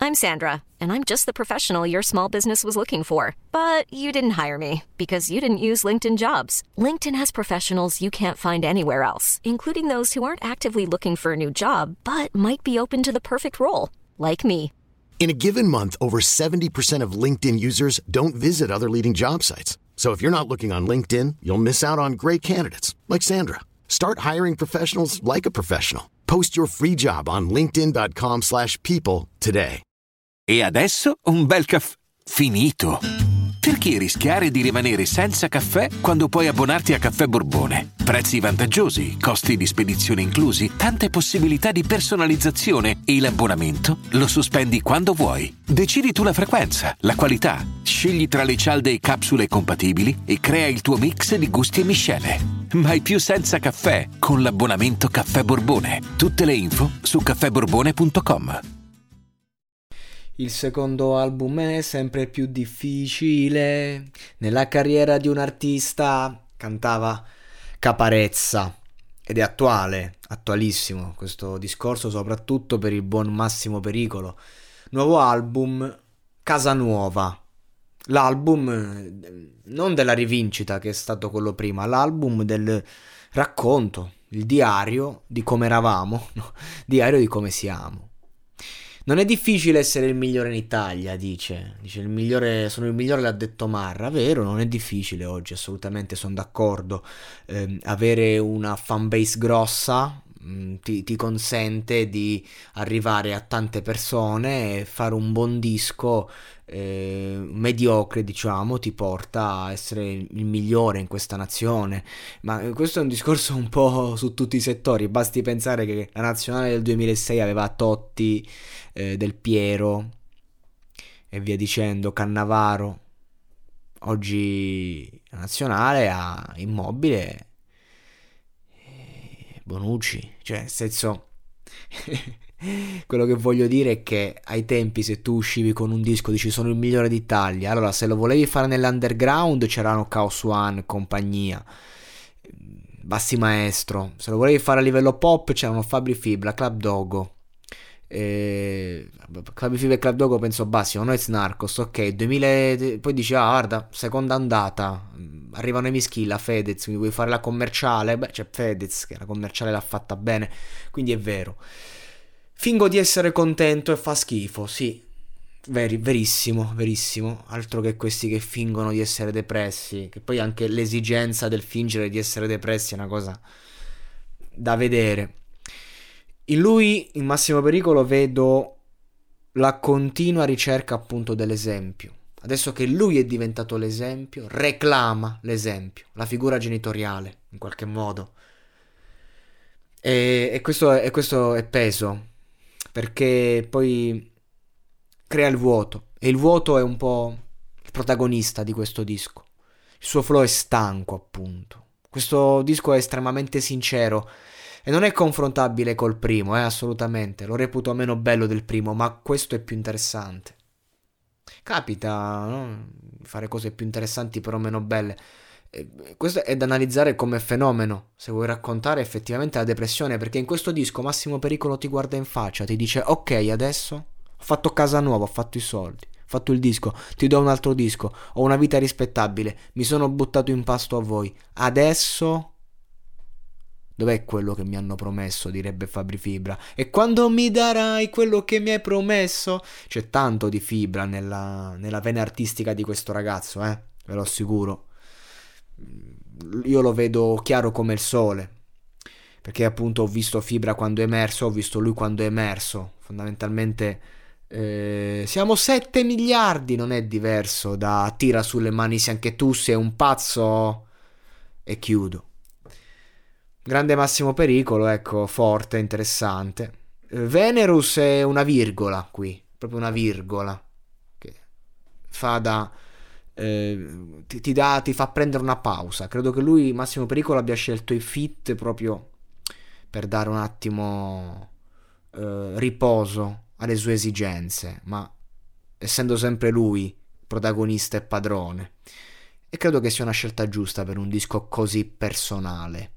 I'm Sandra, and I'm just the professional your small business was looking for. But you didn't hire me because you didn't use LinkedIn Jobs. LinkedIn has professionals you can't find anywhere else, including those who aren't actively looking for a new job, but might be open to the perfect role, like me. In a given month, over 70% of LinkedIn users don't visit other leading job sites. So if you're not looking on LinkedIn, you'll miss out on great candidates like Sandra. Start hiring professionals like a professional. Post your free job on linkedin.com/people today. E adesso un bel caffè finito. Perché rischiare di rimanere senza caffè quando puoi abbonarti a Caffè Borbone? Prezzi vantaggiosi, costi di spedizione inclusi, tante possibilità di personalizzazione e l'abbonamento lo sospendi quando vuoi. Decidi tu la frequenza, la qualità, scegli tra le cialde e capsule compatibili e crea il tuo mix di gusti e miscele. Mai più senza caffè con l'abbonamento Caffè Borbone. Tutte le info su caffèborbone.com. Il secondo album è sempre più difficile nella carriera di un artista, cantava Caparezza, ed è attualissimo questo discorso, soprattutto per il buon Massimo Pericolo. Nuovo album, Casa Nuova, l'album non della rivincita che è stato quello prima, l'album del racconto, il diario di come eravamo, no? Diario di come siamo. Non è difficile essere il migliore in Italia, dice il migliore, sono il migliore, l'ha detto Marra. Vero, non è difficile oggi, assolutamente, sono d'accordo. Avere una fanbase grossa ti consente di arrivare a tante persone e fare un buon disco mediocre, diciamo, ti porta a essere il migliore in questa nazione. Ma questo è un discorso un po' su tutti i settori. Basti pensare che la nazionale del 2006 aveva Totti, Del Piero e via dicendo, Cannavaro. Oggi la nazionale ha Immobile, Bonucci, cioè nel senso quello che voglio dire è che ai tempi, se tu uscivi con un disco dici sono il migliore d'Italia, allora se lo volevi fare nell'underground c'erano Chaos One e compagnia, Bassi Maestro. Se lo volevi fare a livello pop c'erano Fabri Fibra, Club Dogo, Fabri Fibra e Club Dogo penso bassi, Noyz Narcos, ok, 2000, poi dici guarda, seconda andata, arrivano i Mischilla, Fedez, quindi vuoi fare la commerciale? Beh, c'è Fedez che la commerciale l'ha fatta bene, quindi è vero. Fingo di essere contento e fa schifo, sì, verissimo, altro che questi che fingono di essere depressi, che poi anche l'esigenza del fingere di essere depressi è una cosa da vedere. In lui, in Massimo Pericolo, vedo la continua ricerca appunto dell'esempio. Adesso che lui è diventato l'esempio, reclama l'esempio, la figura genitoriale, in qualche modo. E questo è peso, perché poi crea il vuoto, e il vuoto è un po' il protagonista di questo disco. Il suo flow è stanco, appunto. Questo disco è estremamente sincero e non è confrontabile col primo, assolutamente. Lo reputo meno bello del primo, ma questo è più interessante. Capita, no? Fare cose più interessanti però meno belle. Questo è da analizzare come fenomeno, se vuoi raccontare effettivamente la depressione, perché in questo disco Massimo Pericolo ti guarda in faccia, ti dice ok, adesso ho fatto casa nuova, ho fatto i soldi, ho fatto il disco, ti do un altro disco, ho una vita rispettabile, mi sono buttato in pasto a voi, adesso dov'è quello che mi hanno promesso, direbbe Fabri Fibra, e quando mi darai quello che mi hai promesso? C'è tanto di fibra nella vena artistica di questo ragazzo, ve lo assicuro. Io lo vedo chiaro come il sole, perché appunto ho visto Fibra quando è emerso, ho visto lui quando è emerso. Fondamentalmente siamo 7 miliardi, non è diverso da tira sulle mani se anche tu sei un pazzo, e chiudo. Grande Massimo Pericolo, ecco, forte, interessante. Venerus è una virgola qui, proprio una virgola che fa da ti fa prendere una pausa. Credo che lui, Massimo Pericolo, abbia scelto i feat proprio per dare un attimo riposo alle sue esigenze, ma essendo sempre lui protagonista e padrone, e credo che sia una scelta giusta per un disco così personale.